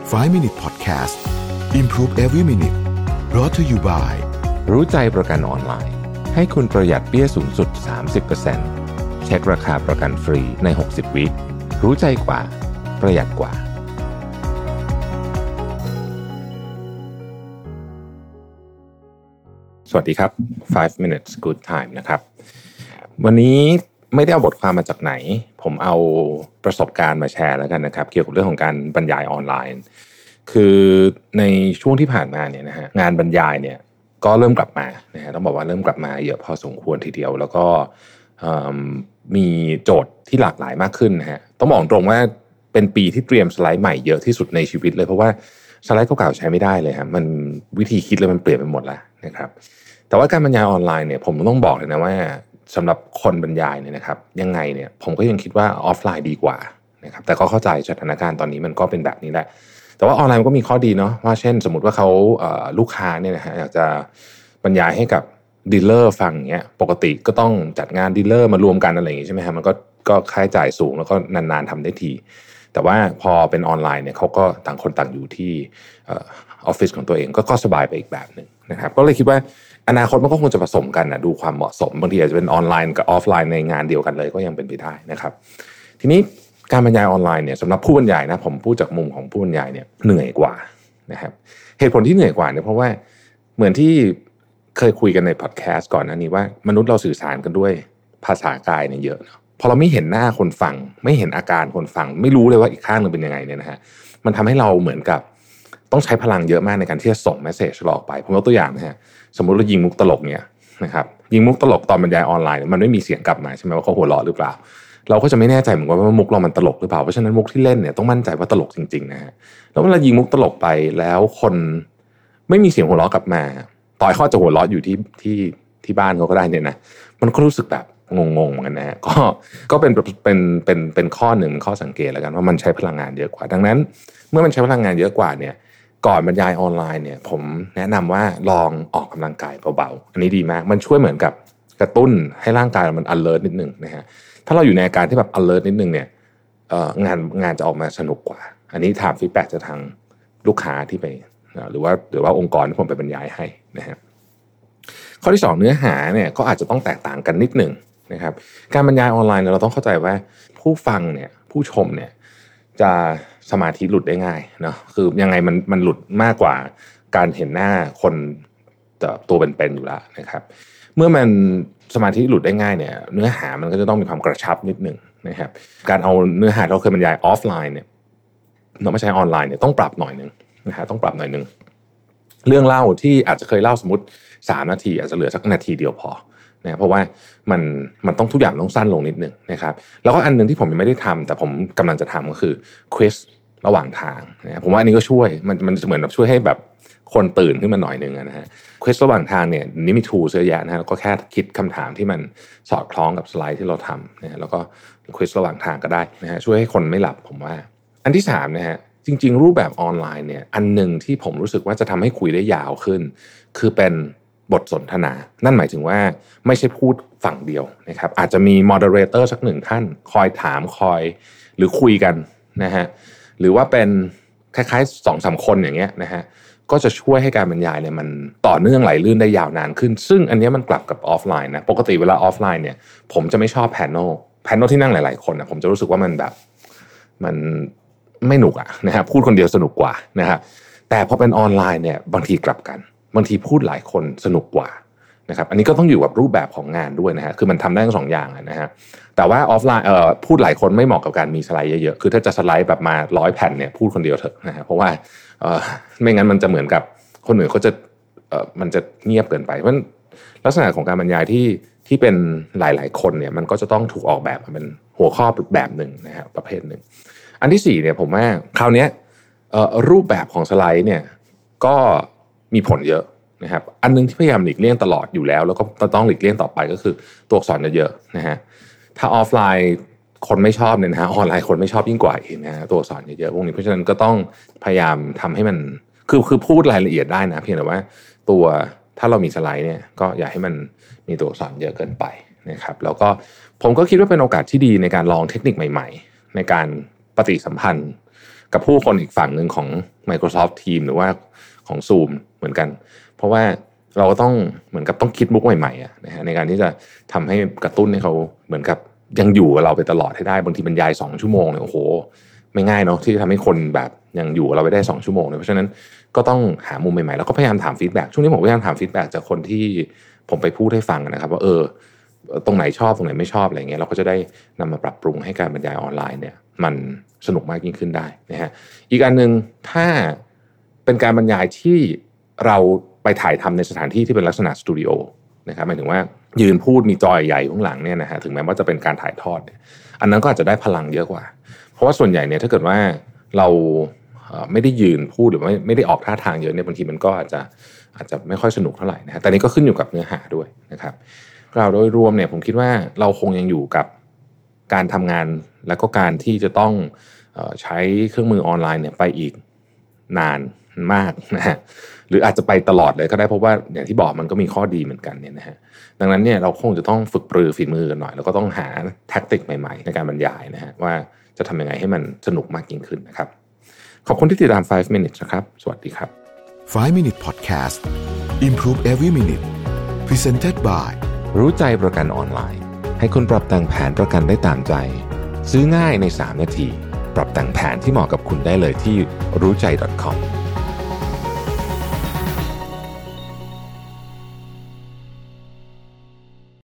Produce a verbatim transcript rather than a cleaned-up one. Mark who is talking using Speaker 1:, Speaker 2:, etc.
Speaker 1: five minute podcast Improve every minute brought to you by
Speaker 2: รู้ใจประกันออนไลน์ให้คุณประหยัดเบี้ยสูงสุด สามสิบเปอร์เซ็นต์ เช็คราคาประกันฟรีในหกสิบวิรู้ใจกว่าประหยัดกว่าสวัสดีครับ five minutes good time นะครับวันนี้ไม่ได้เอาบทความมาจากไหนผมเอาประสบการณ์มาแชร์แล้วกันนะครับเกี่ยวกับเรื่องของการบรรยายออนไลน์คือในช่วงที่ผ่านมาเนี่ยนะฮะงานบรรยายเนี่ยก็เริ่มกลับมานะฮะต้องบอกว่าเริ่มกลับมาเยอะพอสมควรทีเดียวแล้วก็มีโจทย์ที่หลากหลายมากขึ้นนะฮะต้องบอกตรงว่าเป็นปีที่เตรียมสไลด์ใหม่เยอะที่สุดในชีวิตเลยเพราะว่าสไลด์เก่าๆใช้ไม่ได้เลยฮะมันวิธีคิดเลยมันเปลี่ยนไปหมดแล้วนะครับแต่ว่าการบรรยายออนไลน์เนี่ยผมต้องบอกเลยนะว่าสำหรับคนบรรยายเนี่ยนะครับยังไงเนี่ยผมก็ยังคิดว่าออฟไลน์ดีกว่านะครับแต่ก็เข้าใจสถานการณ์ตอนนี้มันก็เป็นแบบนี้แหละแต่ว่าออนไลน์มันก็มีข้อดีเนาะว่าเช่นสมมุติว่าเขาลูกค้าเนี่ยนะฮะอยากจะบรรยายให้กับดีลเลอร์ฟังเงี้ยปกติก็ต้องจัดงานดีลเลอร์มารวมกันอะไรอย่างงี้ใช่ไหมฮะมันก็ก็ค่าใช้จ่ายสูงแล้วก็นานๆทำได้ทีแต่ว่าพอเป็นออนไลน์เนี่ยเขาก็ต่างคนต่างอยู่ที่ออฟฟิศของตัวเองก็ก็สบายไปอีกแบบนึงนะครับก็เลยคิดว่าอนาคตมันก็คงจะผสมกันนะดูความเหมาะสมบางทีอาจจะเป็นออนไลน์กับออฟไลน์ในงานเดียวกันเลยก็ยังเป็นไปได้นะครับทีนี้การบรรยายออนไลน์เนี่ยสำหรับผู้บรรยายนะผมพูดจากมุมของผู้บรรยายเนี่ยเหนื่อยกว่านะครับเหตุผลที่เหนื่อยกว่าเนี่ยเพราะว่าเหมือนที่เคยคุยกันในพอดแคสต์ก่อนหน้านี้ว่ามนุษย์เราสื่อสารกันด้วยภาษากายเนี่ยเยอะพอเราไม่เห็นหน้าคนฟังไม่เห็นอาการคนฟังไม่รู้เลยว่าอีกข้างนึงเป็นยังไงเนี่ยนะฮะมันทำให้เราเหมือนกับต้องใช้พลังเยอะมากในการที่จะส่งเมสเสจออกไปผมยกตัวอย่างนะฮะสมมุติเรายิงมุกตลกเนี่ยนะครับยิงมุกตลกตอนบรรยายออนไลน์มันไม่มีเสียงกลับมาใช่ไหมว่าเขาหัวเราะหรือเปล่าเราก็จะไม่แน่ใจเหมือนกันว่ามุกเรามันตลกหรือเปล่าเพราะฉะนั้นมุกที่เล่นเนี่ยต้องมั่นใจว่าตลกจริงๆนะฮะแล้วเวลายิงมุกตลกไปแล้วคนไม่มีเสียงหัวเราะกลับมาต่อยเขาจะหัวเราะอยู่ที่ที่ที่บ้านเขาก็ได้เนี่ยนะมันก็รู้สึกแบบงงๆเหมือนกันนะฮะก็ก็เป็นเป็นเป็นเป็นข้อหนึ่งข้อสังเกตแล้วกันว่ามันใช้พลังงานเยอะกว่าดังนั้นเมื่อมันใช้พลังงานเยอะกว่าเนี่ยก่อนบรรยายออนไลน์เนี่ยผมแนะนำว่าลองออกกำลังกายเบาๆอันนี้ดีมากมันช่วยเหมือนกับกระตุ้นให้ร่างกายมัน alert นิดนึงนะฮะถ้าเราอยู่ในอาการที่แบบ alert นิดนึงเนี่ยเอ่องานงานจะออกมาสนุกกว่าอันนี้ถามฟีดแบ็กจากทางลูกค้าที่ไปหรือว่าหรือว่าองค์กรที่ผมไปบรรยายให้นะฮะข้อที่สองเนื้อหาเนี่ยก็อาจจะต้องแตกต่างกันนิดนึงนะครับการบรรยายออนไลน์เราต้องเข้าใจว่าผู้ฟังเนี่ยผู้ชมเนี่ยจะสมาธิหลุดได้ง่ายเนาะคือยังไงมันมันหลุดมากกว่าการเห็นหน้าคนตัวเป็นๆอยู่แล้วนะครับเมื่อมันสมาธิหลุดได้ง่ายเนี่ยเนื้อหามันก็จะต้องมีความกระชับนิดนึงนะครับการเอาเนื้อหาเราเคยบรรยายออฟไลน์เนี่ยเราไม่ใช้ออนไลน์เนี่ยต้องปรับหน่อยนึงนะฮะต้องปรับหน่อยนึงเรื่องเล่าที่อาจจะเคยเล่าสมมติสามนาทีอาจจะเหลือสักนาทีเดียวพอนะเพราะว่ามันมันต้องทุกอย่างต้องสั้นลงนิดนึงนะครับแล้วก็อันนึงที่ผมยังไม่ได้ทำแต่ผมกำลังจะทำก็คือควิสระหว่างทางนะผมว่าอันนี้ก็ช่วยมันมันเหมือนแบบช่วยให้แบบคนตื่นขึ้นมาหน่อยนึงนะฮะควิสระหว่างทางเนี่ยนี่มีทูลเยอะแยะนะฮะแล้วก็แค่คิดคำถามที่มันสอดคล้องกับสไลด์ที่เราทำนะฮะแล้วก็ควิสระหว่างทางก็ได้นะฮะช่วยให้คนไม่หลับผมว่าอันที่สามนะฮะจริงๆรูปแบบออนไลน์เนี่ยอันนึงที่ผมรู้สึกว่าจะทำให้คุยได้ยาวขึ้นคือเป็นบทสนทนานั่นหมายถึงว่าไม่ใช่พูดฝั่งเดียวนะครับอาจจะมีมอดเรเตอร์สักหนึ่งท่านคอยถามคอยหรือคุยกันนะฮะหรือว่าเป็นคล้ายๆ สองสาม คนอย่างเงี้ยนะฮะก็จะช่วยให้การบรรยายเนี่ยมันต่อเนื่องไหลลื่นได้ยาวนานขึ้นซึ่งอันนี้มันกลับกับออฟไลน์นะปกติเวลาออฟไลน์เนี่ยผมจะไม่ชอบแพนเนลแพนเนลที่นั่งหลายๆคนนะผมจะรู้สึกว่ามันแบบมันไม่หนุกอะนะฮะพูดคนเดียวสนุกกว่านะฮะแต่พอเป็นออนไลน์เนี่ยบางทีกลับกันบางทีพูดหลายคนสนุกกว่านะครับอันนี้ก็ต้องอยู่กับรูปแบบของงานด้วยนะฮะคือมันทำได้ทั้งสองอย่างนะฮะแต่ว่าออฟไลน์เอ่อพูดหลายคนไม่เหมาะกับการมีสไลด์เยอะๆคือถ้าจะสไลด์แบบมาร้อยแผ่นเนี่ยพูดคนเดียวเถอะนะฮะเพราะว่าเอ่อไม่งั้นมันจะเหมือนกับคนอื่นเขาจะเอ่อมันจะเงียบเกินไปเพราะลักษณะของการบรรยายที่ที่เป็นหลายๆคนเนี่ยมันก็จะต้องถูกออกแบบมาเป็นหัวข้อแบบหนึ่งนะฮะประเภทหนึ่งอันที่สี่เนี่ยผมว่าคราวนี้รูปแบบของสไลด์เนี่ยก็มีผลเยอะนะครับอันนึงที่พยายามหลีกเลี่ยงตลอดอยู่แล้วแล้วก็ต้องหลีกเลี่ยงต่อไปก็คือตัวอักษรเยอะๆนะฮะถ้าออฟไลน์คนไม่ชอบเนี่ยนะฮะออนไลน์คนไม่ชอบยิ่งกว่าอีกนะฮะตัวอักษรเยอะๆพวกนี้เพราะฉะนั้นก็ต้องพยายามทำให้มันคือคือพูดรายละเอียดได้นะเพียงแต่ว่าตัวถ้าเรามีสไลด์เนี่ยก็อย่าให้มันมีตัวอักษรเยอะเกินไปนะครับแล้วก็ผมก็คิดว่าเป็นโอกาสที่ดีในการลองเทคนิคใหม่ๆในการปฏิสัมพันธ์กับผู้คนอีกฝั่งนึงของ Microsoft Teams หรือว่าของ Zoom เหมือนกันเพราะว่าเราก็ต้องเหมือนกับต้องคิดมุกใหม่ๆอ่ะนะฮะในการที่จะทำให้กระตุ้นให้เขาเหมือนกับยังอยู่กับเราไปตลอดให้ได้บางทีบรรยายสองชั่วโมงเนี่ยโอ้โหไม่ง่ายเนาะที่จะทำให้คนแบบยังอยู่กับเราไปได้สองชั่วโมงเนี่ยเพราะฉะนั้นก็ต้องหามุมใหม่ๆแล้วก็พยายามถามฟีดแบ็กช่วงนี้ผมพยายามถามฟีดแบ็กจากคนที่ผมไปพูดให้ฟังนะครับว่าเออตรงไหนชอบตรงไหนไม่ชอบอะไรเงี้ยเราก็จะได้นำมาปรับปรุงให้การบรรยายออนไลน์เนี่ยมันสนุกมากยิ่งขึ้นได้นะฮะอีกอันนึงถ้าเป็นการบรรยายที่เราไปถ่ายทำในสถานที่ที่เป็นลักษณะสตูดิโอนะครับหมายถึงว่ายืนพูดมีจอใหญ่ข้างหลังเนี่ยนะฮะถึงแม้ว่าจะเป็นการถ่ายทอดเนี่ยอันนั้นก็อาจจะได้พลังเยอะกว่าเพราะว่าส่วนใหญ่เนี่ยถ้าเกิดว่าเราไม่ได้ยืนพูดหรือไม่ไม่ได้ออกท่าทางเยอะเนี่ยบางทีมันก็อาจจะอาจจะไม่ค่อยสนุกเท่าไหร่นะฮะแต่นี้ก็ขึ้นอยู่กับเนื้อหาด้วยนะครับเราโดยรวมเนี่ยผมคิดว่าเราคงยังอยู่กับการทำงานและก็การที่จะต้องเอ่อใช้เครื่องมือออนไลน์เนี่ยไปอีกนานมากนะฮะหรืออาจจะไปตลอดเลยก็ได้เพราะว่าอย่างที่บอกมันก็มีข้อดีเหมือนกันเนี่ยนะฮะดังนั้นเนี่ยเราคงจะต้องฝึกปรือฝีมือกันหน่อยแล้วก็ต้องหาแท็กติกใหม่ๆในการบรรยายนะฮะว่าจะทำยังไงให้มันสนุกมากยิ่งขึ้นนะครับขอบคุณที่ติดตามไฟว์ minutes นะครับสวัสดีครับ
Speaker 1: ไฟว์ minute podcast improve every minute presented by
Speaker 2: รู้ใจประกันออนไลน์ให้คุณปรับแต่งแผนประกันได้ตามใจซื้อง่ายในสามนาทีปรับแต่งแผนที่เหมาะกับคุณได้เลยที่รู้ใจ ดอท คอม